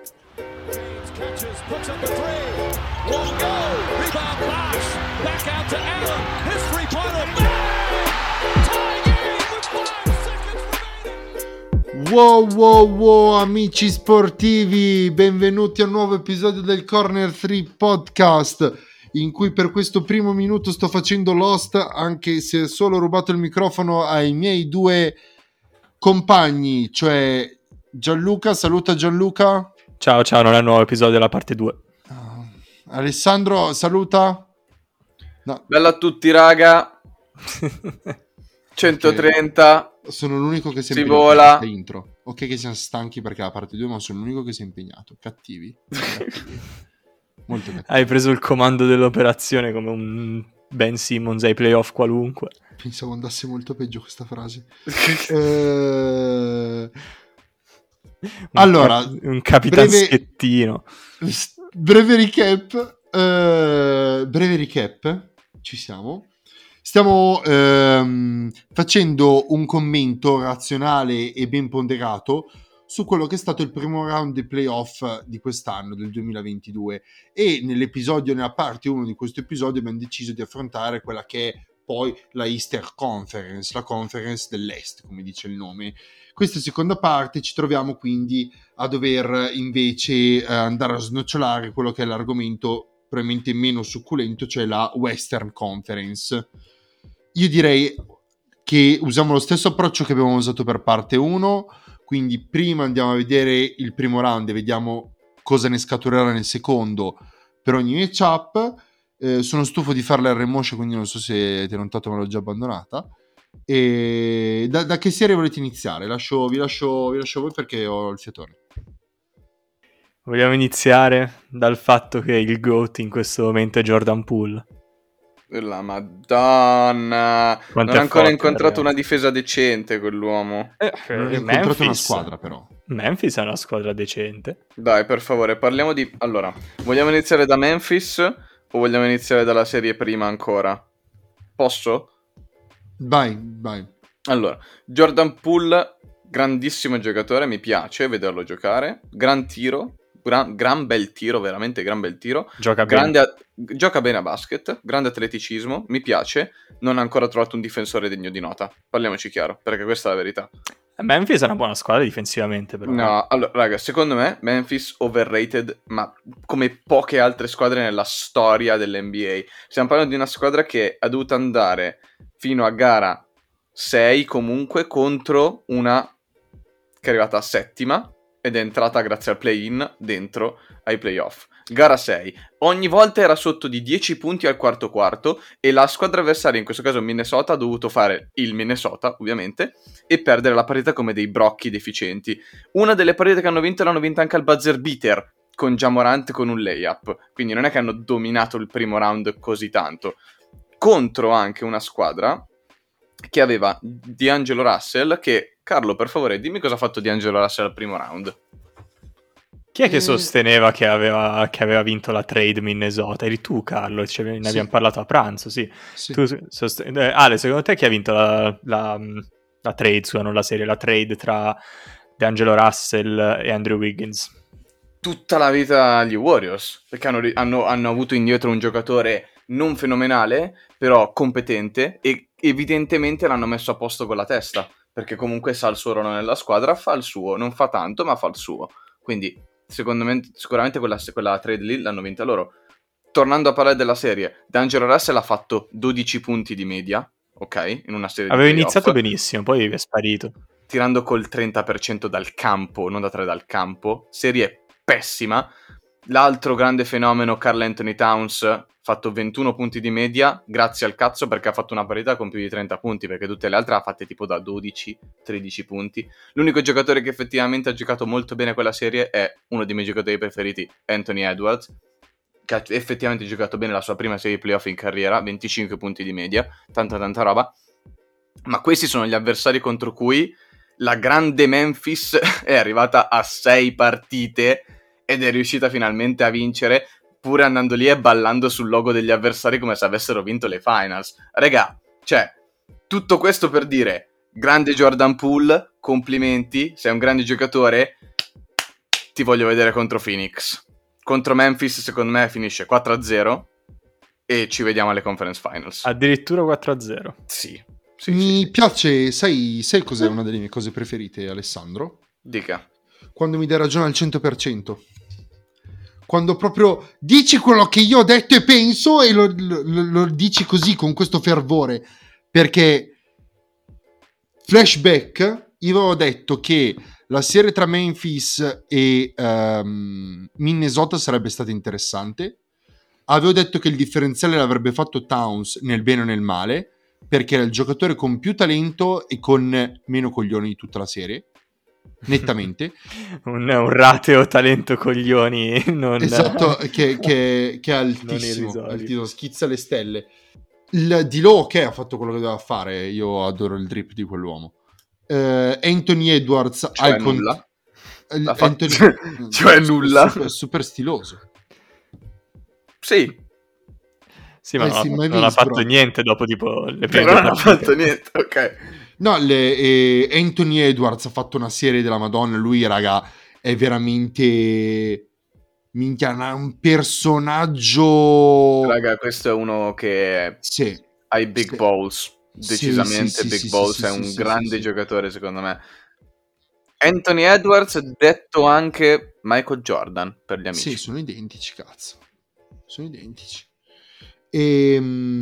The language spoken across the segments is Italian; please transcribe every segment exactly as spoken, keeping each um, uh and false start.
Catches, puts up a three, won't go, rebound Bosh, back out to Allen, his three-pointer, bang! Tie game with five seconds remaining! Wow wow wow amici sportivi, benvenuti a un nuovo episodio del Corner tre Podcast, in cui per questo primo minuto sto facendo l'host, anche se ho solo rubato il microfono ai miei due compagni, cioè Gianluca. Saluta Gianluca. Ciao ciao, non è un nuovo episodio della parte due. uh, Alessandro, saluta. No. Bella a tutti raga. centotrenta. Okay. Sono l'unico che si è si impegnato vola. in questa intro. Ok che siamo stanchi perché è la parte due, ma sono l'unico che si è impegnato. Cattivi, cattivi. Molto cattivi. Hai preso il comando dell'operazione come un Ben Simmons ai playoff qualunque. Pensavo andasse molto peggio questa frase. eh... Un Allora, cap- un capitan breve, schettino. Breve recap. Uh, breve recap. Ci siamo. Stiamo ehm, facendo un commento razionale e ben ponderato su quello che è stato il primo round dei playoff di quest'anno, del duemilaventidue. E nell'episodio, nella parte uno di questo episodio, abbiamo deciso di affrontare quella che è poi la Eastern Conference, la conference dell'Est, come dice il nome. Questa seconda parte ci troviamo quindi a dover invece eh, andare a snocciolare quello che è l'argomento probabilmente meno succulento, cioè la Western Conference. Io direi che usiamo lo stesso approccio che abbiamo usato per parte uno, quindi prima andiamo a vedere il primo round e vediamo cosa ne scaturerà nel secondo per ogni matchup. Eh, sono stufo di fare la remoscia, quindi non so se ti ho notato, ma l'ho già abbandonata. E da, da che serie volete iniziare? Lascio, vi, lascio, vi lascio voi perché ho il fiatone. Vogliamo iniziare dal fatto che il GOAT in questo momento è Jordan Poole. La madonna. Quanto non ha ancora forte, incontrato ragazzi. una difesa decente quell'uomo. Eh, Non ho Memphis, incontrato una squadra però. Memphis è una squadra decente. Dai, per favore, parliamo di... Allora, vogliamo iniziare da Memphis o vogliamo iniziare dalla serie prima ancora? Posso? Vai, vai. Allora, Jordan Poole, grandissimo giocatore, mi piace vederlo giocare. Gran tiro, gran, gran bel tiro, veramente gran bel tiro. Gioca grande bene. a- gioca bene a basket, grande atleticismo, mi piace. Non ha ancora trovato un difensore degno di nota. Parliamoci chiaro, perché questa è la verità. Memphis è una buona squadra difensivamente, però. No, allora, raga, secondo me Memphis overrated, ma come poche altre squadre nella storia dell'N B A. Stiamo parlando di una squadra che ha dovuto andare fino a gara sei comunque contro una che è arrivata a settima ed è entrata grazie al play-in dentro ai playoff. Gara sei, ogni volta era sotto di dieci punti al quarto quarto e la squadra avversaria, in questo caso Minnesota, ha dovuto fare il Minnesota ovviamente e perdere la partita come dei brocchi deficienti. Una delle partite che hanno vinto l'hanno vinta anche al buzzer beater con Ja Morant con un layup, quindi non è che hanno dominato il primo round così tanto, contro anche una squadra che aveva D'Angelo Russell, che, Carlo, per favore, dimmi cosa ha fatto D'Angelo Russell al primo round. Chi è che Eh. sosteneva che aveva, che aveva vinto la trade Minnesota? Eri tu, Carlo, cioè, ne Sì. abbiamo parlato a pranzo, sì. Sì. Tu sosten- eh, Ale, secondo te chi ha vinto la, la, la trade, scusa, non la serie, la trade tra D'Angelo Russell e Andrew Wiggins? Tutta la vita gli Warriors, perché hanno, hanno, hanno avuto indietro un giocatore non fenomenale, però competente, e evidentemente l'hanno messo a posto con la testa, perché comunque sa il suo ruolo nella squadra, fa il suo, non fa tanto, ma fa il suo. Quindi, secondo me, sicuramente quella, quella trade lì l'hanno vinta loro. Tornando a parlare della serie, D'Angelo Russell ha fatto dodici punti di media, ok? In una serie Aveva di playoff, iniziato benissimo, poi è sparito. tirando col trenta per cento dal campo, non da tre dal campo. Serie pessima. L'altro grande fenomeno, Karl Anthony Towns, fatto ventuno punti di media, grazie al cazzo perché ha fatto una parità con più di trenta punti, perché tutte le altre ha fatte tipo da dodici tredici punti. L'unico giocatore che effettivamente ha giocato molto bene quella serie è uno dei miei giocatori preferiti, Anthony Edwards, che ha effettivamente giocato bene la sua prima serie di playoff in carriera, venticinque punti di media, tanta tanta roba. Ma questi sono gli avversari contro cui la grande Memphis è arrivata a sei partite ed è riuscita finalmente a vincere, pure andando lì e ballando sul logo degli avversari come se avessero vinto le finals. Regà, cioè, tutto questo per dire, grande Jordan Poole, complimenti, sei un grande giocatore, ti voglio vedere contro Phoenix. Contro Memphis secondo me finisce quattro a zero e ci vediamo alle Conference Finals. Addirittura quattro a zero. Sì. sì Mi sì, sì. piace, sai, sai cos'è una delle mie cose preferite, Alessandro? Dica. Quando mi dai ragione al cento per cento. Quando proprio dici quello che io ho detto e penso e lo, lo, lo dici così, con questo fervore. Perché flashback, io avevo detto che la serie tra Memphis e um, Minnesota sarebbe stata interessante. Avevo detto che il differenziale l'avrebbe fatto Towns nel bene o nel male, perché era il giocatore con più talento e con meno coglioni di tutta la serie, nettamente. un, un rateo talento coglioni non... Esatto, che, che, che è altissimo, altissimo, schizza le stelle. Il Di Lo, che ha fatto quello che doveva fare, io adoro il drip di quell'uomo. Uh, Anthony Edwards cioè al nulla cont- L'ha Anthony... fatto... cioè nulla super, super stiloso. sì sì ma eh, non, sì, ha, mai non visto, ha fatto però. niente dopo tipo le prime però non ha partite. fatto niente, ok. No, le, eh, Anthony Edwards ha fatto una serie della Madonna. Lui, raga, è veramente minchia, un personaggio. Raga, questo è uno che sì, ha i big sì. balls. Decisamente sì, sì, big sì, balls. sì, è sì, un sì, grande sì, sì. giocatore, secondo me. Anthony Edwards, detto anche Michael Jordan per gli amici. Sì, sono identici, cazzo. Sono identici. E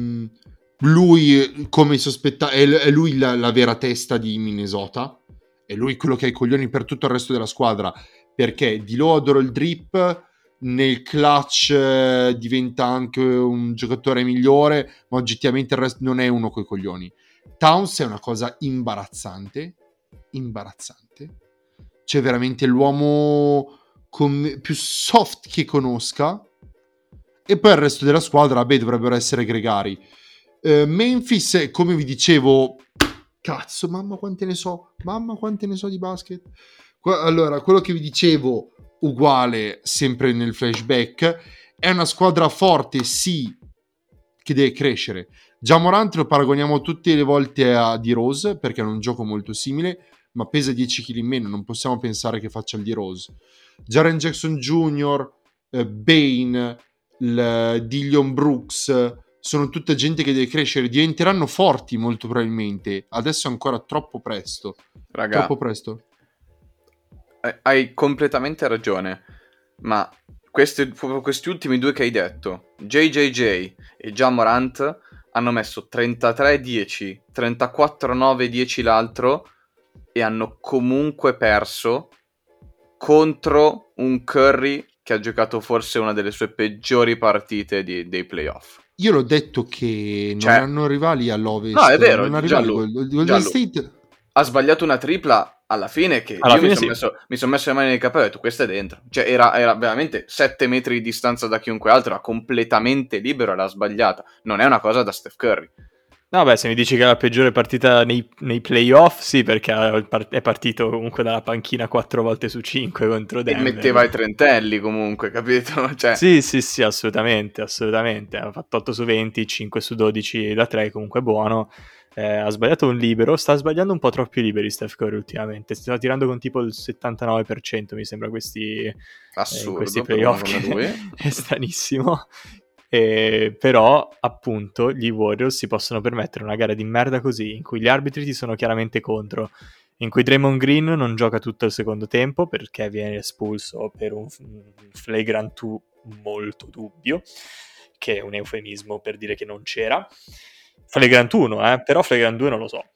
lui, come sospettava, è, è lui la, la vera testa di Minnesota. È lui quello che ha i coglioni per tutto il resto della squadra. Perché Di Lo adoro il drip, nel clutch eh, diventa anche un giocatore migliore, ma oggettivamente il resto non è uno coi coglioni. Towns è una cosa imbarazzante, imbarazzante. C'è veramente l'uomo con, più soft che conosca, e poi il resto della squadra, beh, dovrebbero essere gregari. Uh, Memphis, come vi dicevo, cazzo, mamma quante ne so, mamma quante ne so di basket. Allora, quello che vi dicevo, uguale, sempre nel flashback, è una squadra forte, sì, che deve crescere. Ja Morant lo paragoniamo tutte le volte a D-Rose, perché è un gioco molto simile, ma pesa dieci chili in meno, non possiamo pensare che faccia il D-Rose. Jaren Jackson Junior, eh, Bane, il Dillon Brooks, sono tutta gente che deve crescere, diventeranno forti molto probabilmente. Adesso è ancora troppo presto. Raga, troppo presto. Hai completamente ragione, ma questi, questi ultimi due che hai detto, J J J e Ja Morant, hanno messo trentatré dieci, trentaquattro nove dieci l'altro e hanno comunque perso contro un Curry che ha giocato forse una delle sue peggiori partite di, dei playoff. Io l'ho detto che non cioè, hanno rivali all'Ovest. No, è vero, non ha già rivali. lui, Golden già State ha sbagliato una tripla alla fine che alla io fine mi sono sì. messo, mi son messo le mani nei capelli e ho detto questa è dentro. Cioè era, era veramente sette metri di distanza da chiunque altro, era completamente libero e l'ha sbagliata. Non è una cosa da Steph Curry. No, beh, se mi dici che è la peggiore partita nei, nei playoff, sì, perché è partito comunque dalla panchina quattro volte su cinque contro Denver. E metteva i trentelli comunque, capito? Cioè... Sì, sì, sì, assolutamente, assolutamente. Ha fatto otto su venti, cinque su dodici da tre, comunque buono. Eh, ha sbagliato un libero, sta sbagliando un po' troppi liberi Steph Curry ultimamente. Sta tirando con tipo il settantanove per cento, mi sembra, questi, Assurdo, eh, in questi per uno playoff. come lui. È stranissimo. Eh, però appunto gli Warriors si possono permettere una gara di merda così, in cui gli arbitri ti sono chiaramente contro, in cui Draymond Green non gioca tutto il secondo tempo perché viene espulso per un, un flagrant two molto dubbio, che è un eufemismo per dire che non c'era. Flagrant uno, eh, però Flagrant due non lo so.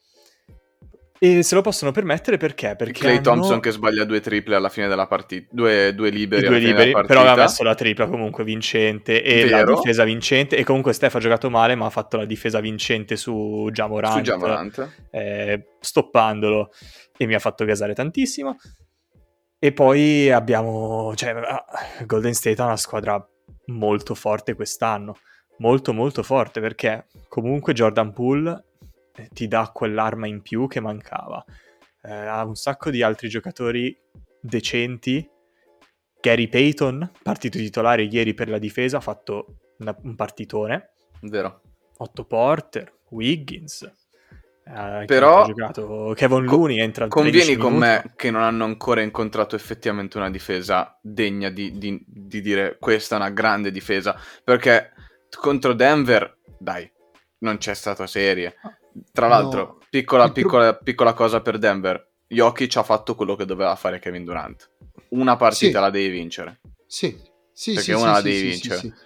E se lo possono permettere perché? Perché Clay hanno... Thompson che sbaglia due triple alla fine della partita, due, due liberi due alla fine liberi, della partita. però aveva messo la tripla comunque vincente e Vero. la difesa vincente, e comunque Steph ha giocato male ma ha fatto la difesa vincente su Ja Morant, Su Ja Morant. Eh, stoppandolo, e mi ha fatto gasare tantissimo. E poi abbiamo, cioè, Golden State ha una squadra molto forte quest'anno, molto molto forte, perché comunque Jordan Poole ti dà quell'arma in più che mancava. Eh, ha un sacco di altri giocatori decenti. Gary Payton, partito titolare ieri per la difesa, ha fatto una, un partitone. Vero. Otto Porter, Wiggins, Eh, Però ha giocato Kevon Looney, entra convieni con minuti. me che non hanno ancora incontrato effettivamente una difesa degna di, di, di dire questa è una grande difesa, perché contro Denver, dai, non c'è stata serie. Tra l'altro, No, piccola, il pro- piccola, piccola cosa per Denver, Jokic ha fatto quello che doveva fare Kevin Durant. Una partita Sì. la devi vincere. Sì, sì, Perché sì, una sì, la sì, devi sì, vincere. sì, sì.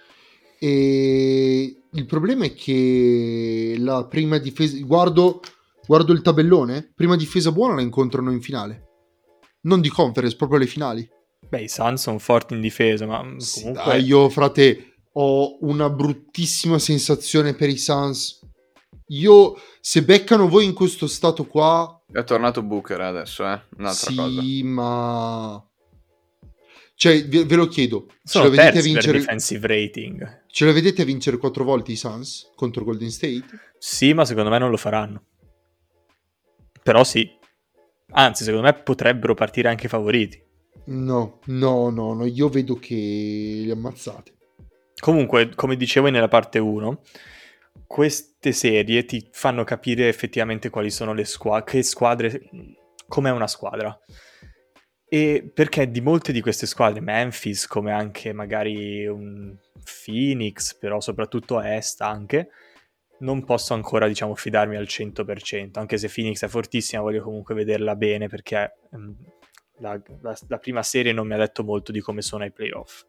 E il problema è che la prima difesa, guardo, guardo il tabellone, prima difesa buona la incontrano in finale, non di conference, proprio alle finali. Beh, i Suns sono forti in difesa, ma Sì, comunque... dai, io, frate, ho una bruttissima sensazione per i Suns. Io, se beccano voi in questo stato qua... È tornato Booker adesso, eh? Un'altra sì, cosa. ma... Cioè, ve, ve lo chiedo, ce Sono la vedete a terzi per vincere... defensive rating. Ce la vedete a vincere quattro volte i Suns contro Golden State? Sì, ma secondo me non lo faranno. Però sì. Anzi, secondo me potrebbero partire anche favoriti. No, no, no, no, io vedo che li ammazzate. Comunque, come dicevo nella parte uno, queste serie ti fanno capire effettivamente quali sono le squadre, che squadre, com'è una squadra. E perché di molte di queste squadre, Memphis, come anche magari un Phoenix, però soprattutto a Est anche, non posso ancora, diciamo, fidarmi al cento per cento, anche se Phoenix è fortissima, voglio comunque vederla bene perché um, la, la, la prima serie non mi ha detto molto di come sono ai playoff.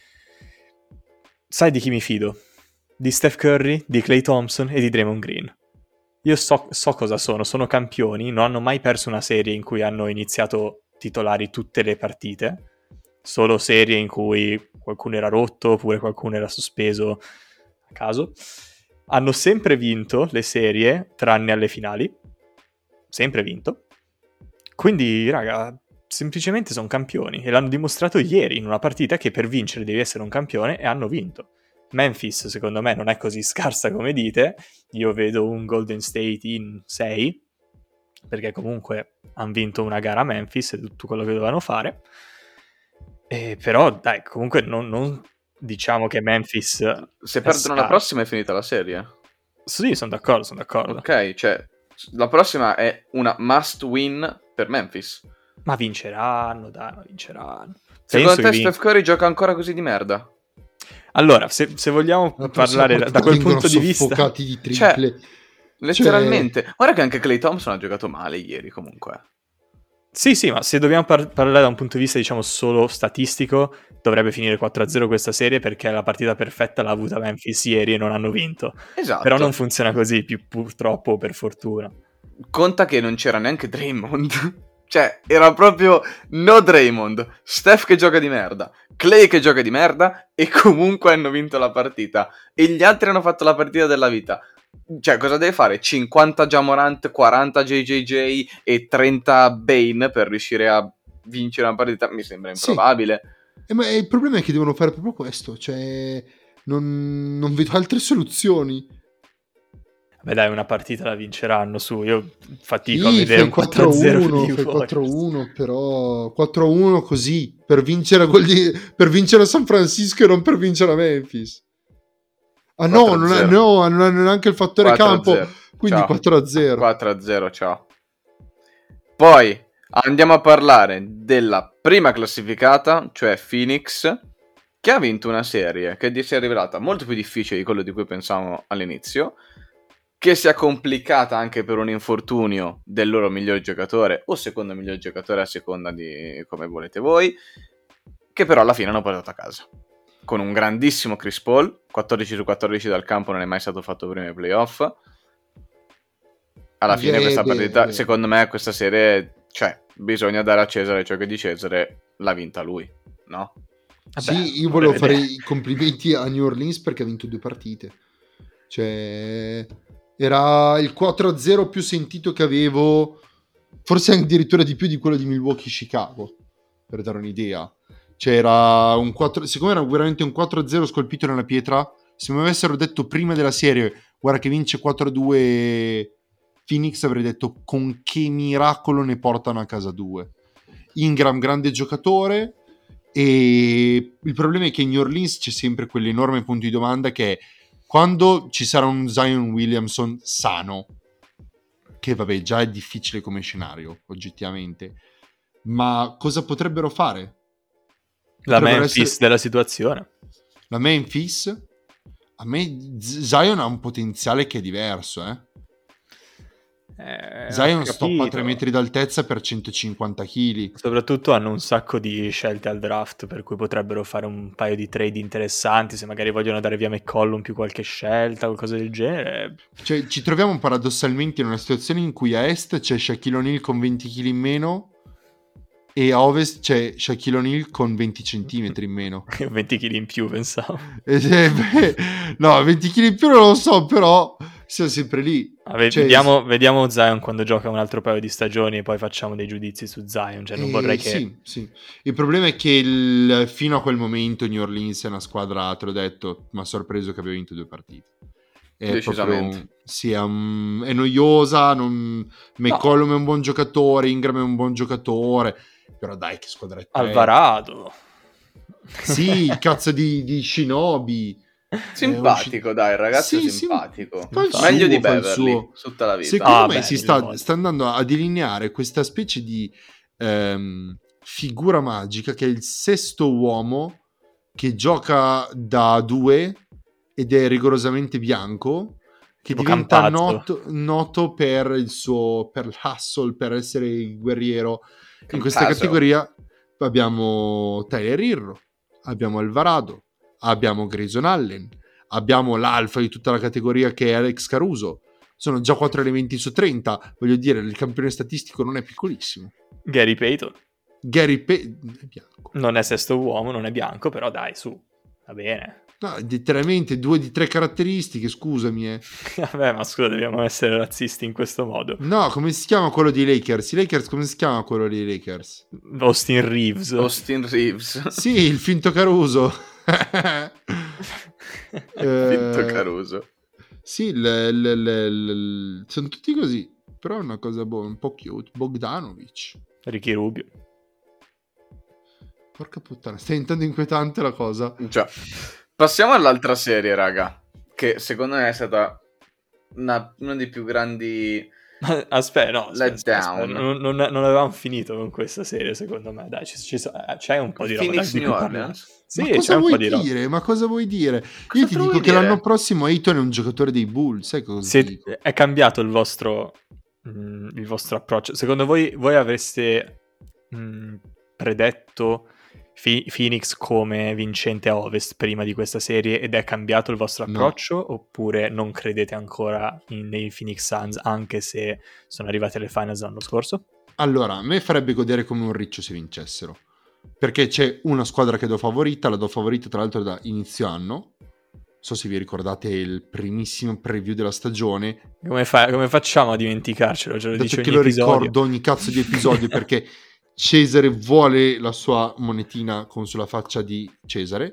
Sai di chi mi fido? Di Steph Curry, di Klay Thompson e di Draymond Green. Io so, so cosa sono, sono campioni, non hanno mai perso una serie in cui hanno iniziato titolari tutte le partite, solo serie in cui qualcuno era rotto oppure qualcuno era sospeso a caso. Hanno sempre vinto le serie tranne alle finali, sempre vinto. Quindi, raga, semplicemente sono campioni e l'hanno dimostrato ieri in una partita che per vincere devi essere un campione e hanno vinto. Memphis secondo me non è così scarsa come dite, io vedo un Golden State in sei, perché comunque hanno vinto una gara a Memphis e tutto quello che dovevano fare, e però dai, comunque non, non diciamo che Memphis se perdono la prossima è finita la serie. Sì, sono d'accordo, sono d'accordo. Ok, cioè la prossima è una must win per Memphis. Ma vinceranno, dai, ma vinceranno. Secondo Penso te che Steph Curry gioca ancora così di merda? Allora, se, se vogliamo La prossima parlare da, da quel vengono punto di vista, soffocati di Cioè, triple. letteralmente. Cioè... Guarda che anche Klay Thompson ha giocato male ieri comunque. sì, sì, ma se dobbiamo par- parlare da un punto di vista, diciamo, solo statistico, dovrebbe finire quattro a zero questa serie perché la partita perfetta l'ha avuta Memphis ieri e non hanno vinto. Esatto. Però non funziona così, più purtroppo, per fortuna. Conta che non c'era neanche Draymond. Cioè, era proprio no Draymond, Steph che gioca di merda, Klay che gioca di merda e comunque hanno vinto la partita. E gli altri hanno fatto la partita della vita. Cioè, cosa deve fare? cinquanta Ja Morant, quaranta J J J e trenta Bane per riuscire a vincere una partita? Mi sembra improbabile. Sì. Eh, ma il problema è che devono fare proprio questo. Cioè, non, non vedo altre soluzioni. Beh dai, una partita la vinceranno, su, io fatico sì, a vedere un quattro a zero per fai quattro a uno, però quattro a uno così, per vincere, di, per vincere a San Francisco e non per vincere a Memphis. Ah no, non ha, no, non ha neanche il fattore campo, quindi ciao. quattro a zero. quattro a zero, ciao. Poi andiamo a parlare della prima classificata, cioè Phoenix, che ha vinto una serie che si è rivelata molto più difficile di quello di cui pensavamo all'inizio, che si è complicata anche per un infortunio del loro miglior giocatore o secondo miglior giocatore a seconda di come volete voi, che però alla fine hanno portato a casa con un grandissimo Chris Paul, quattordici su quattordici dal campo, non è mai stato fatto prima ai playoff. Alla fine yeah, questa beh, partita beh. secondo me questa serie, cioè, bisogna dare a Cesare ciò che è di Cesare, l'ha vinta lui, no? Vabbè, sì, io volevo fare i complimenti a New Orleans perché ha vinto due partite, cioè era il quattro a zero più sentito che avevo, forse addirittura di più di quello di Milwaukee-Chicago, per dare un'idea. C'era un quattro, siccome era veramente un quattro a zero scolpito nella pietra, se mi avessero detto prima della serie guarda che vince quattro a due Phoenix, avrei detto con che miracolo ne portano a casa due. Ingram grande giocatore, e il problema è che in New Orleans c'è sempre quell'enorme punto di domanda che è: quando ci sarà un Zion Williamson sano, che vabbè già è difficile come scenario oggettivamente, ma cosa potrebbero fare? La Potrebbero Memphis essere- della situazione. La Memphis, a me Z- Zion ha un potenziale che è diverso, eh. Eh, Zion ho stoppa capito. tre metri d'altezza per centocinquanta chili. Soprattutto hanno un sacco di scelte al draft, per cui potrebbero fare un paio di trade interessanti, se magari vogliono dare via McCollum più qualche scelta, qualcosa del genere. Cioè, ci troviamo paradossalmente in una situazione in cui a est c'è Shaquille O'Neal con venti chili in meno e a ovest c'è Shaquille O'Neal con venti centimetri in meno. venti chili in più, pensavo. E se- beh, no, venti chili in più non lo so, però siamo sempre lì. Vabbè, Cioè, vediamo, vediamo Zion quando gioca un altro paio di stagioni e poi facciamo dei giudizi su Zion. Cioè, non Eh, vorrei che... Sì, sì. Il problema è che il- fino a quel momento New Orleans è una squadra, te l'ho detto, mi ha sorpreso che aveva vinto due partite. È Decisamente. proprio- sì, è, un- è noiosa, non... McCollum è un buon giocatore, Ingram è un buon giocatore, però dai, che squadretta è. Alvarado. Sì, il cazzo di, di Shinobi. Simpatico, dai, il ragazzo Sì, è sì, simpatico. fa il Meglio suo, di fa il Beverly, suo. tutta la vita. Secondo Ah, me beh, si mille sta, volte. sta andando a delineare questa specie di ehm, figura magica che è il sesto uomo che gioca da due ed è rigorosamente bianco, che Tipo diventa Campazzo. noto, noto per il suo per l'hustle, per essere il guerriero. In questa Campazzo. categoria abbiamo Tyler Hero, abbiamo Alvarado, abbiamo Grayson Allen, abbiamo l'alfa di tutta la categoria che è Alex Caruso. Sono già quattro elementi su trenta, voglio dire, il campione statistico non è piccolissimo. Gary Payton. Gary Pe- è bianco. Non è sesto uomo, non è bianco, però dai, su. Va bene. No, letteralmente due di tre caratteristiche, scusami. Eh. Vabbè, ma scusa, dobbiamo essere razzisti in questo modo. No, come si chiama quello dei Lakers? I Lakers, come si chiama quello dei Lakers? Austin Reeves. Austin Reeves. Sì, il finto Caruso. Vinto Eh, Caruso. Sì, il- il- il- il- il- sono tutti così, però è una cosa buona, un po' cute. Bogdanovic. Ricky Rubio. Porca puttana, sta diventando inquietante la cosa. Già. Passiamo all'altra serie, raga, che secondo me è stata una, uno dei più grandi... Aspetta, no, aspetta, Let aspetta, aspetta. down. Non, non, non avevamo finito con questa serie, secondo me. Dai, ci, ci, eh, c'è un po' di roba Phoenix di cui New parlare. Orleans. Sì, Ma c'è cosa un po' vuoi di roba. dire? Ma cosa vuoi dire? Cosa Io ti te dico vuoi che dire? l'anno prossimo Ayton è un giocatore dei Bulls, sai cosa ti Se- dico? è cambiato il vostro mh, il vostro approccio. Secondo voi voi avreste mh, predetto Fi- Phoenix come vincente a Ovest prima di questa serie ed è cambiato il vostro No. approccio, oppure non credete ancora in- nei Phoenix Suns anche se sono arrivati alle finals l'anno scorso? Allora, a me farebbe godere come un riccio se vincessero, perché c'è una squadra che do favorita, la do favorita tra l'altro da inizio anno. Non so se vi ricordate il primissimo preview della stagione, Come, fa- come facciamo a dimenticarcelo? Ce lo dato dice che ogni lo episodio. ricordo ogni cazzo di episodio perché Cesare vuole la sua monetina con sulla faccia di Cesare.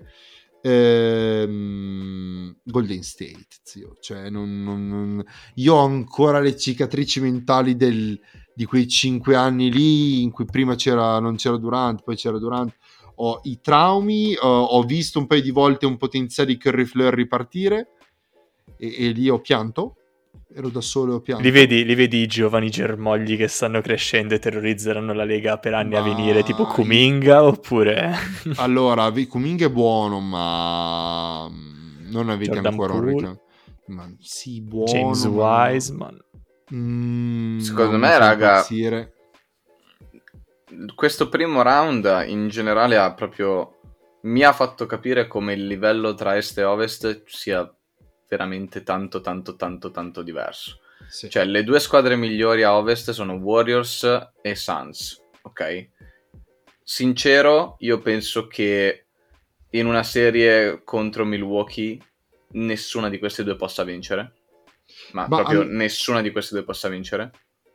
Ehm, Golden State, zio. Cioè, non, non- non- io ho ancora le cicatrici mentali del- di quei cinque anni lì in cui prima c'era, non c'era Durant, poi c'era Durant. Ho i traumi, ho, ho visto un paio di volte un potenziale di Curry Fleur ripartire e, e lì ho pianto. Ero da solo e ho pianto. Li vedi, li vedi i giovani germogli che stanno crescendo e terrorizzeranno la Lega per anni a Ma- venire, tipo Kuminga, oppure Allora, vi- Kuminga è buono, ma mm, non avete Jordan ancora un Poole. reclamo. Ma sì, buono. James ma- Wiseman. Mm, Secondo non me, mi fa raga, impazzire. questo primo round in generale ha proprio mi ha fatto capire come il livello tra est e ovest sia veramente tanto tanto tanto tanto diverso. Sì. Cioè le due squadre migliori a ovest sono Warriors e Suns, ok? Sincero, io penso che in una serie contro Milwaukee nessuna di queste due possa vincere. Ma, Ma proprio al- nessuna di queste due possa vincere.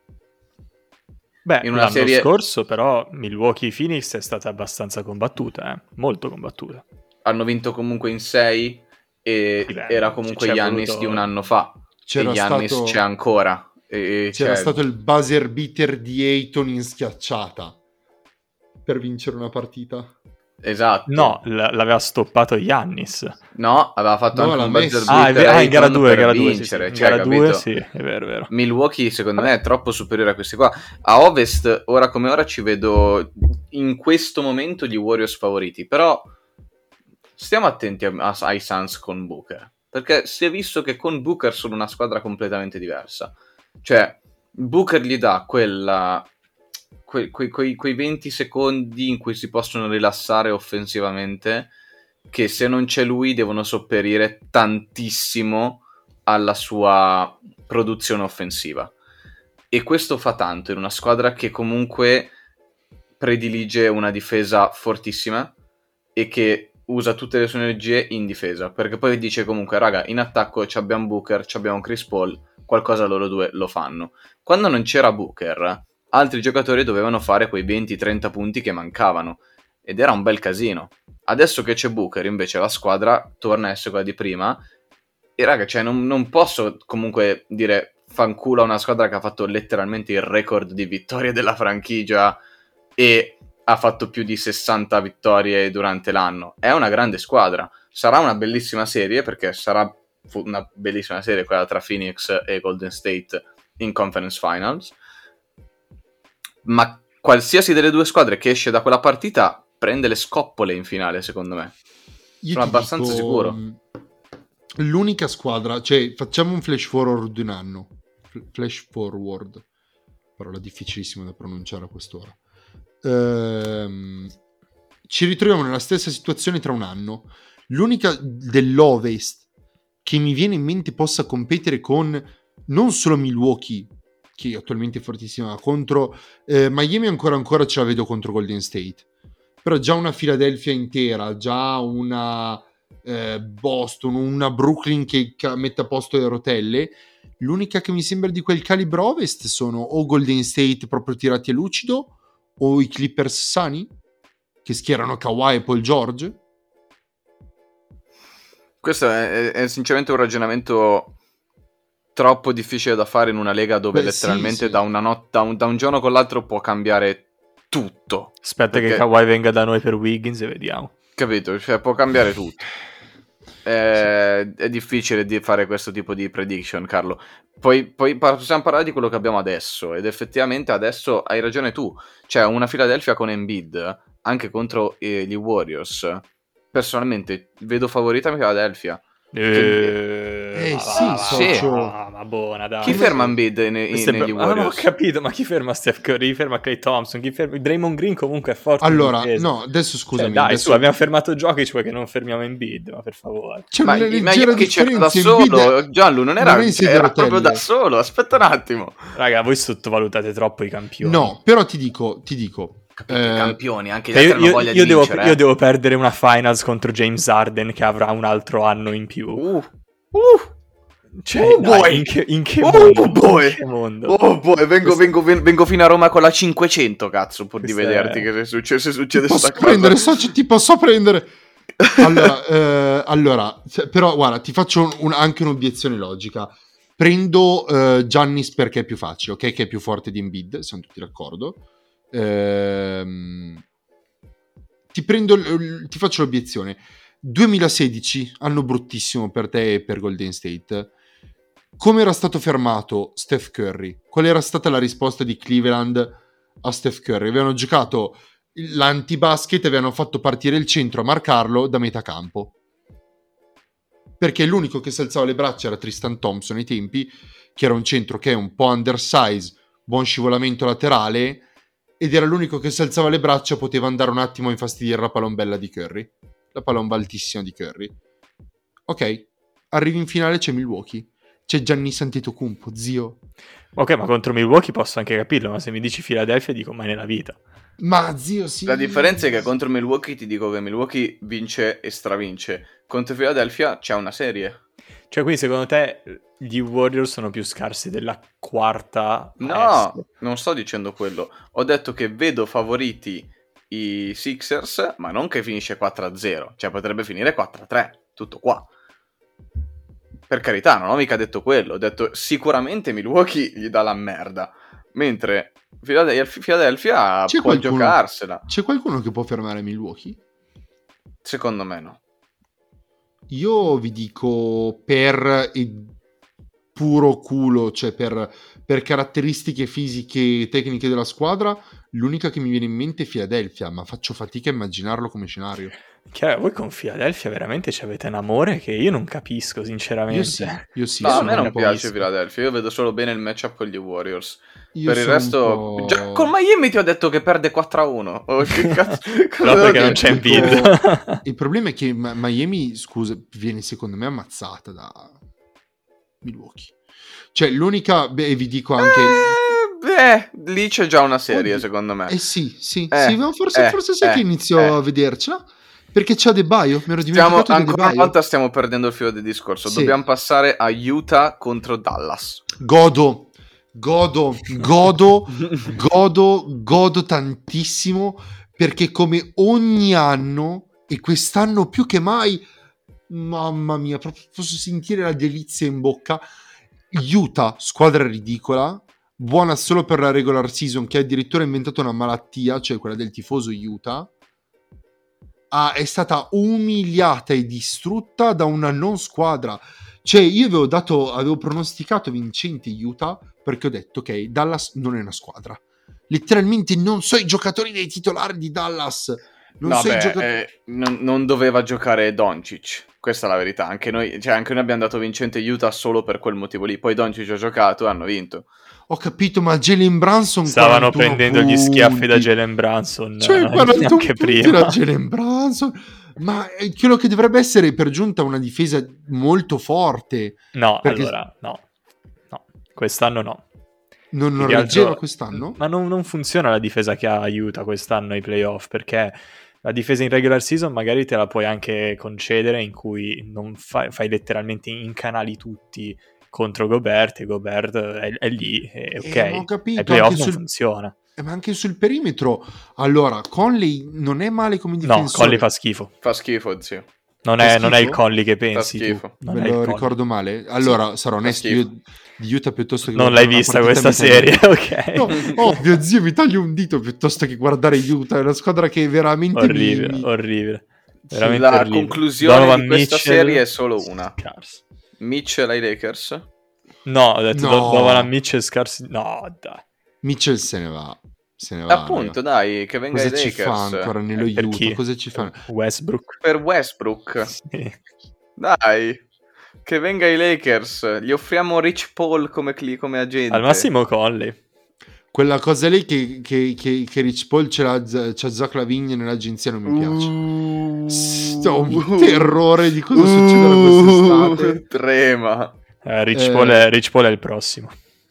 Beh, In una l'anno serie- scorso però Milwaukee-Phoenix è stata abbastanza combattuta, eh? Molto combattuta. Hanno vinto comunque in sei e Sì, beh, era comunque ci è Giannis voluto- di un anno fa. C'era e Giannis stato- c'è ancora. E C'era cioè, stato il buzzer beater di Ayton in schiacciata per vincere una partita. Esatto. No, l- l'aveva stoppato Giannis. No, aveva fatto No, anche l'ha un messo. buzzer Ah, è beater vero, ah, in gara Ayton due, per gara due, sì, sì. vincere, In cioè, gara due, capito? sì, è vero, è vero. Milwaukee secondo me è troppo superiore a questi qua. A Ovest, ora come ora, ci vedo in questo momento gli Warriors favoriti, però stiamo attenti a- a- ai Suns con Booker, perché si è visto che con Booker sono una squadra completamente diversa. Cioè, Booker gli dà quella... Que- quei, quei, quei venti secondi in cui si possono rilassare offensivamente, che se non c'è lui devono sopperire tantissimo alla sua produzione offensiva, e questo fa tanto in una squadra che comunque predilige una difesa fortissima e che usa tutte le sue energie in difesa, perché poi dice comunque raga, in attacco ci abbiamo Booker, ci abbiamo Chris Paul, qualcosa loro due lo fanno. Quando non c'era Booker, altri giocatori dovevano fare quei venti trenta punti che mancavano, ed era un bel casino. Adesso che c'è Booker, invece, la squadra torna a essere quella di prima, e raga, cioè non, non posso comunque dire fanculo a una squadra che ha fatto letteralmente il record di vittorie della franchigia e ha fatto più di sessanta vittorie durante l'anno. È una grande squadra, sarà una bellissima serie, perché sarà una bellissima serie quella tra Phoenix e Golden State in Conference Finals, ma qualsiasi delle due squadre che esce da quella partita prende le scoppole in finale, secondo me. Io Sono ti abbastanza dico, sicuro. mh, L'unica squadra, cioè facciamo un flash forward di un anno. F- Flash forward, parola difficilissima da pronunciare a quest'ora. Ehm, ci ritroviamo nella stessa situazione tra un anno. L'unica dell'Ovest che mi viene in mente possa competere con non solo Milwaukee, che attualmente è fortissima, ma contro eh, Miami ancora ancora ce la vedo contro Golden State, però già una Philadelphia intera, già una eh, Boston, una Brooklyn che ca- mette a posto le rotelle. L'unica che mi sembra di quel calibro Ovest sono o Golden State proprio tirati a lucido, o i Clippers sani che schierano Kawhi e Paul George. Questo è, è, è sinceramente un ragionamento troppo difficile da fare in una lega dove Beh, letteralmente sì, sì. Da, una not- da, un, da un giorno con l'altro può cambiare tutto. Aspetta Perché- che Kawhi venga da noi per Wiggins e vediamo. Capito? Cioè può cambiare tutto. È, è difficile di fare questo tipo di prediction, Carlo. Poi, poi par- possiamo parlare di quello che abbiamo adesso, ed effettivamente adesso hai ragione tu. C'è una Philadelphia con Embiid anche contro eh, gli Warriors. Personalmente vedo favorita Philadelphia. Eh, Eh, ma sì, va, va, socio. va, va, ma buona, dai. Chi ferma Embiid ne- Questo è negli per- Ah, no, ho Warriors? capito, ma chi ferma Steph Curry? Chi ferma Clay Thompson? Chi ferma... Draymond Green comunque è forte. in Allora, difesa. no, adesso Cioè, scusami, dai, adesso su, abbiamo fermato Jokic, vuoi che non fermiamo Embiid? Ma per favore. c'è Ma, una ma leggera Jokic era da differenza. Embiid solo, Gianlu non era, non è in cioè, sedia a era proprio rotelle. da solo. Aspetta un attimo. Raga, voi sottovalutate troppo i campioni. No, però ti dico, ti dico, Capito, eh, campioni, anche gli Cioè, altri io, hanno io- voglia io di devo, vincere. io eh. devo perdere una finals contro James Harden che avrà un altro anno in più. Uh, uh. Cioè, Oh, dai, boy. in che, in che Oh, mondo? boy. In che mondo? Oh boy, vengo, Questo- vengo, ven- vengo fino a Roma con la cinquecento, cazzo, pur di Questa vederti è- che se succede, se succede ti posso sta cosa. prendere, socio, ti posso prendere. Allora, eh, allora se- però guarda, ti faccio un- un- anche un'obiezione logica. Prendo eh, Giannis perché è più facile, ok? Che è più forte di Embiid, siamo tutti d'accordo. Ehm, ti prendo, l- ti faccio l'obiezione. duemilasedici, anno bruttissimo per te e per Golden State. Come era stato fermato Steph Curry? Qual era stata la risposta di Cleveland a Steph Curry? Avevano giocato l'antibasket, avevano fatto partire il centro a marcarlo da metà campo. Perché l'unico che si alzava le braccia era Tristan Thompson ai tempi, che era un centro che è un po' undersize, buon scivolamento laterale, ed era l'unico che si alzava le braccia, poteva andare un attimo a infastidire la palombella di Curry. La palomba altissima di Curry. Ok, arrivi in finale, c'è Milwaukee. C'è Giannis Antetokounmpo, zio. Ok, ma contro Milwaukee posso anche capirlo, ma se mi dici Philadelphia dico mai nella vita. Ma zio, sì. La differenza è che contro Milwaukee ti dico che Milwaukee vince e stravince. Contro Philadelphia c'è una serie. Cioè, quindi secondo te gli Warriors sono più scarsi della quarta? a est? No, non sto dicendo quello. Ho detto che vedo favoriti i Sixers, ma non che finisce quattro a zero. Cioè potrebbe finire quattro a tre. Tutto qua. Per carità, non ho mica detto quello. Ho detto sicuramente Milwaukee gli dà la merda. Mentre Philadelphia, Philadelphia C'è può qualcuno- giocarsela. C'è qualcuno che può fermare Milwaukee? Secondo me no. Io vi dico per il puro culo, cioè per, per caratteristiche fisiche e tecniche della squadra, l'unica che mi viene in mente è Philadelphia, ma faccio fatica a immaginarlo come scenario. Chiaro, voi con Philadelphia veramente ci avete un amore che io non capisco, sinceramente. Io sì, io sì. No, a sono me non un po'- piace Philadelphia, io vedo solo bene il matchup con gli Warriors. io Per il sono un resto, po'- già con Miami ti ho detto che perde quattro a uno. Oh, che cazzo, Però cosa perché devo non dire? c'è Dico, Embiid. il problema è che Ma- Miami, scusa, viene secondo me ammazzata da Milwaukee. Cioè, l'unica, beh, e vi dico anche... Eh, beh, lì c'è già una serie, Oddio. secondo me. Eh sì, sì, Eh, sì, ma forse, eh, forse sai eh, che inizio eh. a vedercela? Perché c'è Adebayo, mi ero Stiamo, dimenticato di ancora una Adebayo. volta stiamo perdendo il filo del discorso. Sì. Dobbiamo passare a Utah contro Dallas. Godo, godo, godo, godo, godo tantissimo, perché come ogni anno, e quest'anno più che mai, mamma mia, proprio posso sentire la delizia in bocca. Utah, squadra ridicola, buona solo per la regular season, che ha addirittura inventato una malattia, cioè quella del tifoso Utah. Ah, è stata umiliata e distrutta da una non squadra. Cioè, io avevo dato, avevo pronosticato vincente Utah, perché ho detto, ok, Dallas non è una squadra. Letteralmente non so i giocatori dei titolari di Dallas. Non so i Vabbè, giocatori... eh, non, non doveva giocare Doncic. Questa è la verità. Anche noi, cioè, anche noi abbiamo dato vincente Utah solo per quel motivo lì. Poi Doncic ha giocato e hanno vinto. Ho capito, ma Jalen Brunson Stavano quarantuno prendendo gli punti. schiaffi da Jalen Brunson. Cioè, eh, quarantuno anche punti prima. da Jalen Brunson. Ma è quello che dovrebbe essere per giunta una difesa molto forte. No, Perché- allora, no. No, quest'anno no. Non, non Più che reggeva altro- quest'anno? Ma non, non funziona la difesa che aiuta quest'anno ai playoff, perché la difesa in regular season magari te la puoi anche concedere, in cui non fai, fai letteralmente incanali tutti contro Gobert, e Gobert è, è lì, è ok. Eh, ma ho capito, ai playoff anche non sul- funziona. Eh, ma anche sul perimetro. Allora, Conley non è male come No, difensore. Conley fa schifo. Fa schifo, zio. Non Fa è, non è il schifo? Conley che pensi tu. schifo. Non Me è il lo Conley. ricordo male. Allora, sarò Fa onesto, schifo. io di Utah piuttosto che Non guardare l'hai una vista partita questa mi serie, taglio- ok. No, ovvio, zio, mi taglio un dito piuttosto che guardare Utah. È una squadra che veramente Orribile, mi... mi- orribile. Sì. Veramente La orribile. conclusione Donovan di questa Mitchell, serie è solo una. scarsi. Mitchell ai Lakers. No, ho detto No. Donovan Mitchell scarsi. No, dai. Mitchell se ne va. Se ne va, Appunto, raga. dai, che venga Cosa ai ci fa Lakers. ancora nello Eh, per Utah? chi? Cosa ci fa? Westbrook. Per Westbrook. Sì. Dai, che venga ai Lakers. Gli offriamo Rich Paul come, cli- come agente. Al massimo Conley. Quella cosa lì che, che, che, che Rich Paul ce l'ha, c'ha Zach Lavigne nell'agenzia non mi piace. Uh, Sto un terrore di cosa succederà quest'estate. Trema. Eh, Rich, Eh. Paul è, Rich Paul è il prossimo.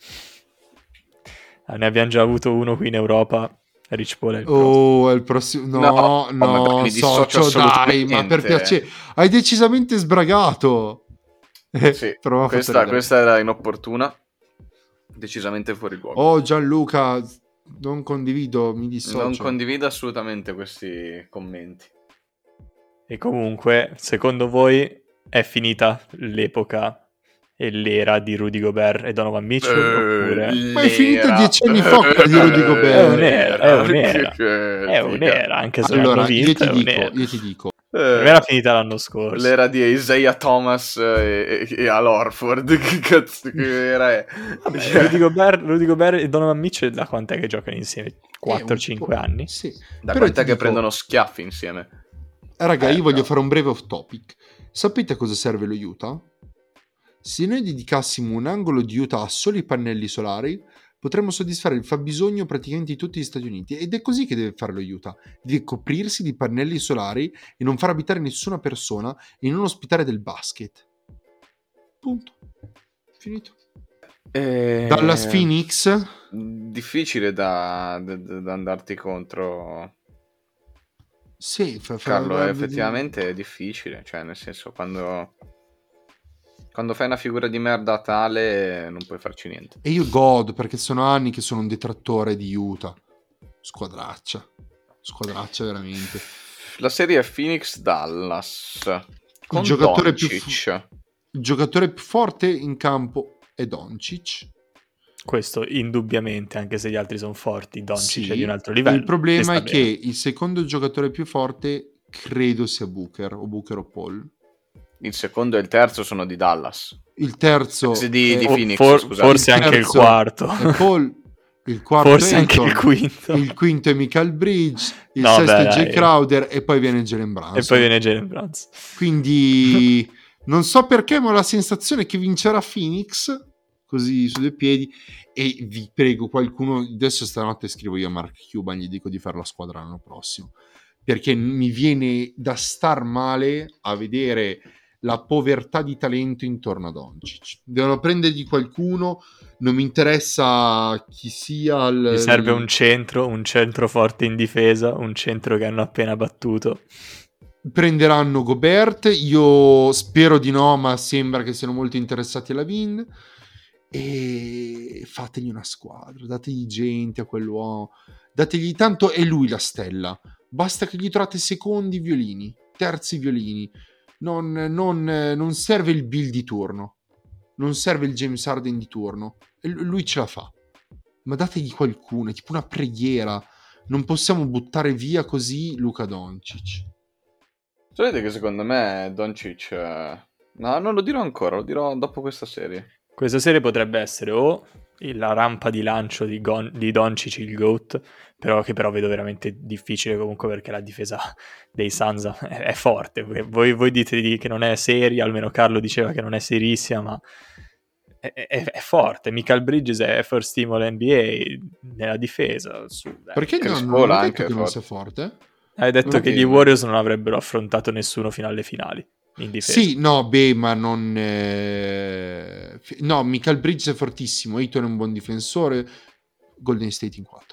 Ah, ne abbiamo già avuto uno qui in Europa. Rich Paul è il prossimo. Oh, è il prossimo. No, No, no, ma mi dissocio socio, dai, assolutamente. ma per piacere. Hai decisamente sbragato. Eh, Sì, però mi ha fatto questa, ridere. questa era inopportuna. Decisamente fuori luogo. Oh, Gianluca, non condivido, mi non dissocio. condivido assolutamente questi commenti. E comunque, secondo voi è finita l'epoca e l'era di Rudy Gobert e Donovan Mitchell? oppure... Ma è finita l'era. dieci anni fa quella di Rudy Gobert. È un'era, è un'era. Che È figa. un'era, anche se Allora, l'hanno io vinta, ti è dico, un'era. io ti dico. Per me era finita l'anno scorso. L'era di Isaiah Thomas e, e, e Al Horford. Che cazzo che era è? Vabbè, Rudy, Gobert, Rudy Gobert e Donovan Mitchell da quant'è che giocano insieme? È quattro un cinque po'- anni? Sì. Da Però quant'è ti che dico- prendono schiaffi insieme? Eh, raga, Eh, io voglio no. fare un breve off topic. Sapete a cosa serve lo Utah? Se noi dedicassimo un angolo di Utah a soli pannelli solari, potremmo soddisfare il fabbisogno praticamente di tutti gli Stati Uniti. Ed è così che deve fare lo Utah. Deve coprirsi di pannelli solari e non far abitare nessuna persona e non ospitare del basket. Punto. Finito. Eh, Dallas Phoenix? Difficile da, da, da andarti contro, Sì, fa, fa- Carlo. va- È effettivamente è difficile. Cioè, nel senso, quando, quando fai una figura di merda tale, non puoi farci niente. E io godo perché sono anni che sono un detrattore di Utah. Squadraccia. Squadraccia veramente. La serie è Phoenix-Dallas. Con giocatore più Doncic. Il giocatore più forte in campo è Doncic. Questo indubbiamente, anche se gli altri sono forti, Doncic Sì. è di un altro livello. Il problema Ci sta è che bene. il secondo giocatore più forte credo sia Booker o Booker o Paul. Il secondo e il terzo sono di Dallas. Il terzo Sì, di, è, di Phoenix, for- scusate. forse il anche il terzo quarto. è Paul, il quarto Forse è anche Ayton, il quinto. il quinto è Michael Bridges, il No, sesto beh, è Jay dai. Crowder e poi viene Jalen Brunson. E poi viene Jalen Brunson. Quindi non so perché, ma ho la sensazione che vincerà Phoenix così su due piedi. E vi prego, qualcuno adesso stanotte scrivo io a Mark Cuban, gli dico di fare la squadra l'anno prossimo, perché mi viene da star male a vedere la povertà di talento intorno a Doncic. Devono prendergli qualcuno, non mi interessa chi sia il, Gli serve un centro, un centro forte in difesa, un centro che hanno appena battuto. Prenderanno Gobert, io spero di no, ma sembra che siano molto interessati alla Vin, e fategli una squadra, dategli gente a quell'uomo, dategli, tanto è lui la stella, basta che gli trovate secondi violini, terzi violini, non, non, non serve il Bill di turno, non serve il James Harden di turno, e lui ce la fa, ma dategli qualcuno, è tipo una preghiera, non possiamo buttare via così Luka Doncic. Sapete che secondo me Doncic... eh, No, non lo dirò ancora, lo dirò dopo questa serie. Questa serie potrebbe essere o la rampa di lancio di, Gon- di Doncic, il GOAT, però che però vedo veramente difficile comunque perché la difesa dei Suns è, è forte. Voi, voi dite di, che non è seria, almeno Carlo diceva che non è serissima, ma è, è, è forte. Michael Bridges è first team all N B A nella difesa. Su, dai. Perché Chris non, Paul non ho anche detto che è non forte. sia forte? Hai detto Non che dire. gli Warriors non avrebbero affrontato nessuno fino alle finali in difesa. Sì, no, beh, ma non... eh, fi- No, Michael Bridges è fortissimo, Ayton è un buon difensore, Golden State in quattro.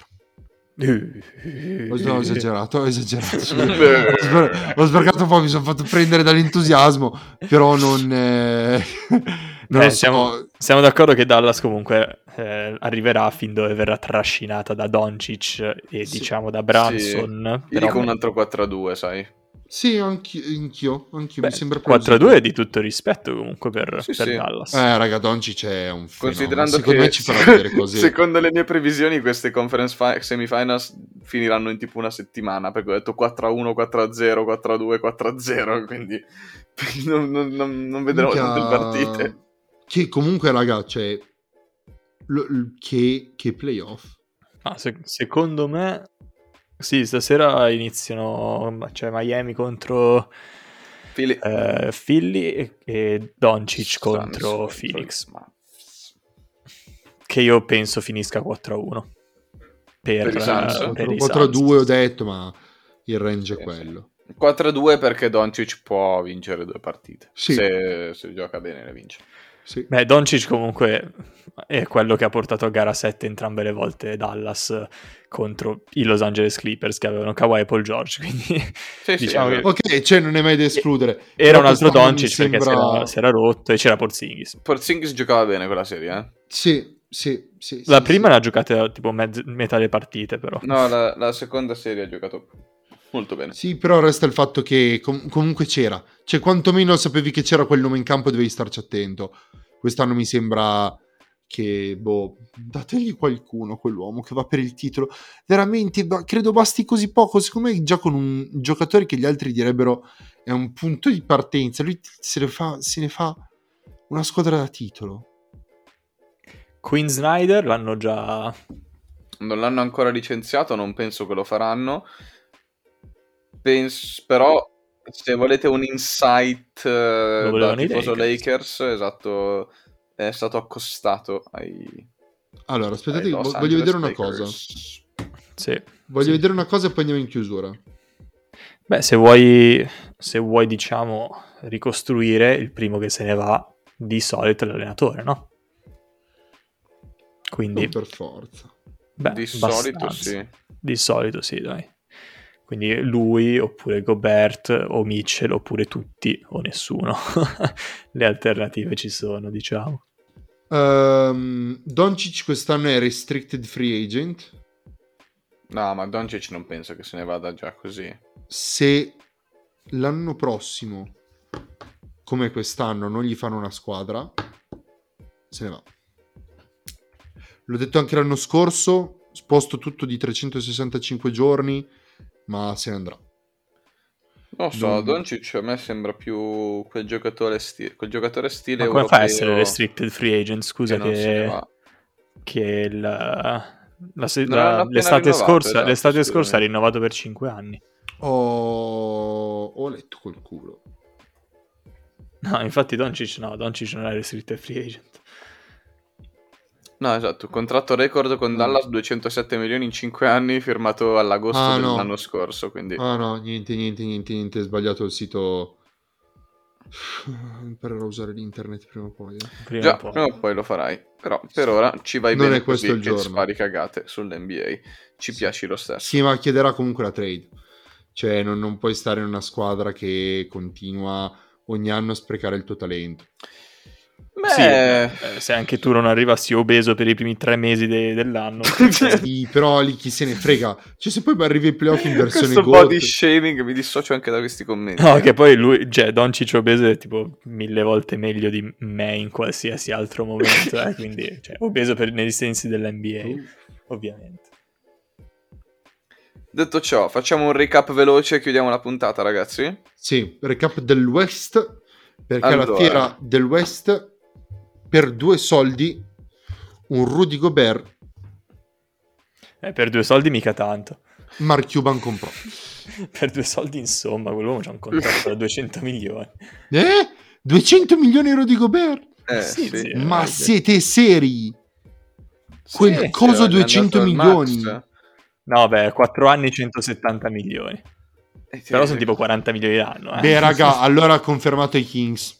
Ho, no, ho esagerato, ho esagerato. ho, sbar- ho sbarcato un po', mi sono fatto prendere dall'entusiasmo, però non... eh, non Eh, lo so. siamo, siamo d'accordo che Dallas comunque eh, arriverà fin dove verrà trascinata da Doncic e Sì. diciamo da Sì. Brunson. Io Però, dico un altro quattro a due, sai? Sì, anch'io, anch'io, anch'io beh, mi sembra quattro a plausibile. due è di tutto rispetto comunque per, Sì, per sì. Dallas. Eh, raga, Doncic è un fenomeno. Considerando Secondo che me ci farà vedere cose... secondo le mie previsioni queste conference fi- semifinals finiranno in tipo una settimana, perché ho detto quattro a uno, quattro a zero, quattro a due, quattro a zero, quindi non, non, non, non vedrò Minchia, tante partite. Che comunque, raga, cioè... lo- l- che, che playoff. Ah, se- secondo me, sì, stasera iniziano, cioè Miami contro Fili- eh, Philly e, e Doncic Suns contro Phoenix, ma- che io penso finisca quattro a uno per, Per i Suns? eh, per i quattro a Suns. due ho detto, ma il range Sì, è quello. quattro a due perché Doncic può vincere due partite. Sì. Se, se gioca bene le vince. Sì. Beh, Doncic comunque è quello che ha portato a gara sette entrambe le volte Dallas contro i Los Angeles Clippers che avevano Kawhi e Paul George, quindi Sì, sì, diciamo che esatto. Ok, cioè non è mai da escludere. era Però un altro quest'anno mi Doncic perché si sembra- era, si era rotto e c'era Porzingis. Porzingis giocava bene quella serie, eh? Sì, sì, sì. La sì, prima sì. ne ha giocate tipo mezz- metà delle partite, però. No, la, la seconda serie ha giocato molto bene. Sì, però resta il fatto che com- comunque c'era. Cioè, quantomeno sapevi che c'era quel nome in campo e dovevi starci attento. Quest'anno mi sembra che, boh, dategli qualcuno a quell'uomo che va per il titolo. Veramente, ba- credo basti così poco. Secondo me già con un giocatore che gli altri direbbero è un punto di partenza. Lui se ne fa, se ne fa una squadra da titolo. Quinn Snyder l'hanno già... Non l'hanno ancora licenziato, non penso che lo faranno. Penso, però, se volete un insight eh, Lo da volevano i tifoso Lakers. Lakers, esatto, è stato accostato ai, Allora, aspettate, ai vo- Los voglio Angeles vedere una Lakers. cosa. Sì. Voglio Sì. vedere una cosa e poi andiamo in chiusura. Beh, se vuoi, se vuoi, diciamo, ricostruire, il primo che se ne va di solito è l'allenatore, no? Quindi, Non per forza. beh, Di solito abbastanza. sì. Di solito sì, dai. Quindi lui, oppure Gobert, o Mitchell, oppure tutti, o nessuno. Le alternative ci sono, diciamo. Um, Doncic quest'anno è restricted free agent. No, ma Doncic non penso che se ne vada già così. Se l'anno prossimo, come quest'anno, non gli fanno una squadra, se ne va. L'ho detto anche l'anno scorso, sposto tutto di trecentosessantacinque giorni, ma se ne andrà. Non so, Non- Doncic a me sembra più quel giocatore stile, quel giocatore stile Ma come fa a europeo essere restricted free agent? Scusa che non se ne che, va. che la, la se- Non la- hanno appena l'estate, rinnovato, scorsa, esatto, l'estate scusami. scorsa ha rinnovato per cinque anni. Ho... ho letto col culo. No, infatti Doncic no, Doncic non è restricted free agent. No, esatto, contratto record con Mm. Dallas, duecentosette milioni in cinque anni, firmato all'agosto Ah, no. dell'anno scorso, quindi Ah no, niente, niente, niente, niente, ho sbagliato il sito. Imparerò a usare l'internet prima o poi. eh. Prima già, o poi. prima o poi lo farai. Però per ora ci vai Non bene è questo così il che giorno. spari cagate sull'N B A. Ci Sì. piaci lo stesso. Sì, ma chiederà comunque la trade. Cioè, non, non puoi stare in una squadra che continua ogni anno a sprecare il tuo talento. Beh, Sì, eh, se anche tu non arrivassi obeso per i primi tre mesi de- dell'anno. Sì, però lì chi se ne frega. Cioè, se poi arrivi ai playoff in versione questo GOAT... body shaming mi dissocio anche da questi commenti. No, che poi lui, cioè Doncic obeso è tipo mille volte meglio di me in qualsiasi altro momento, eh, quindi cioè, obeso per, nei sensi dell'N B A, ovviamente. Detto ciò, facciamo un recap veloce e chiudiamo la puntata, ragazzi. Sì, recap del West, perché alla Allora. fiera del West, per due soldi, un Rudy Gobert, Eh, per due soldi mica tanto. Mark Cuban comprò. Per due soldi, insomma, quell'uomo c'ha un contratto da duecento milioni. Eh? duecento milioni Rudy Gobert? Eh, Sì, sì. sì. Ma eh, siete seri? Sì, Quel sì, coso gli è duecento andato il milioni. max. No, beh, quattro anni, centosettanta milioni. E ti Però rendi sono tipo quaranta milioni l'anno. Eh. Beh, raga, allora ha confermato i Kings.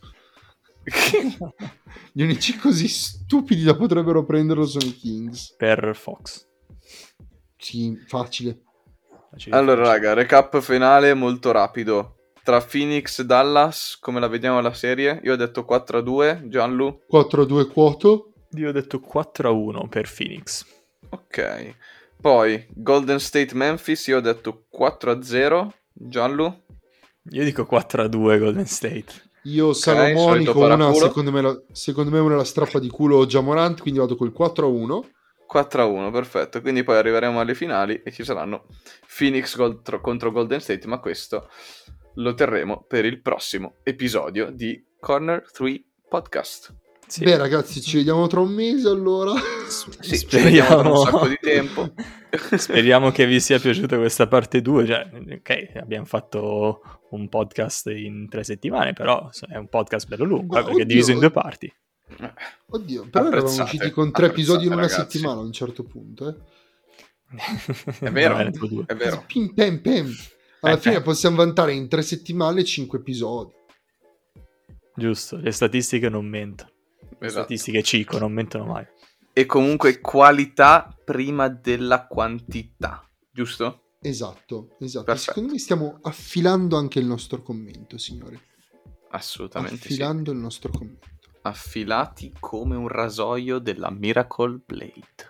Gli unici così stupidi da potrebbero prenderlo sono i Kings. Per Fox. Sì, facile. Allora, raga, recap finale molto rapido. Tra Phoenix e Dallas, come la vediamo la serie? Io ho detto quattro a due, Gianlu? quattro a due quoto. Io ho detto quattro a uno per Phoenix. Ok. Poi Golden State Memphis, io ho detto quattro a zero, Gianlu? Io dico quattro a due Golden State. Io solito Salomonico, una paraculo. secondo me, la, secondo me una la strappa di culo già Morant, quindi vado col quattro a uno. quattro a uno, perfetto. Quindi poi arriveremo alle finali e ci saranno Phoenix contro, contro Golden State, ma questo lo terremo per il prossimo episodio di Corner tre Podcast. Sì. Beh, ragazzi, ci vediamo tra un mese allora. Sì, ci vediamo tra un sacco di tempo. Speriamo che vi sia piaciuta questa parte due. Cioè, ok, abbiamo fatto un podcast in tre settimane, però è un podcast bello lungo, Ma eh, perché è oddio, diviso in due parti. Oddio, però eravamo Apprezzate, usciti con tre episodi in una apprezzate, ragazzi. settimana a un certo punto. Eh. È vero, Va bene, tu due. è vero. Pim, pam, pam. Alla Eh, fine eh. possiamo vantare in tre settimane cinque episodi. Giusto, le statistiche non mentono. Le Esatto. statistiche cico non mentono mai. E comunque qualità prima della quantità, giusto? Esatto, esatto. Perfetto. Secondo me stiamo affilando anche il nostro commento, signori. Assolutamente Affilando il nostro commento. sì. Affilati come un rasoio della Miracle Blade.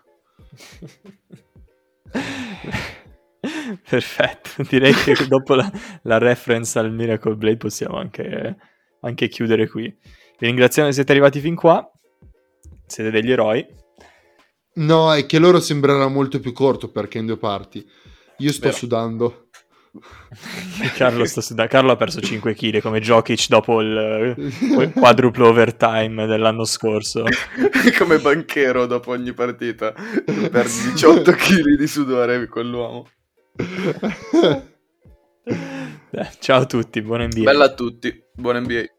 Perfetto, direi che dopo la, la reference al Miracle Blade possiamo anche, anche chiudere qui. Vi ringraziamo che siete arrivati fin qua, siete degli eroi. No, è che loro sembrerà molto più corto perché in due parti. Io sto Vero. sudando. Carlo, sta sudando. Carlo ha perso cinque chili come Jokic dopo il, il quadruplo overtime dell'anno scorso. Come banchero dopo ogni partita. Per diciotto chili di sudore quell'uomo. Eh, ciao a tutti, buon N B A. Bella a tutti, buon N B A.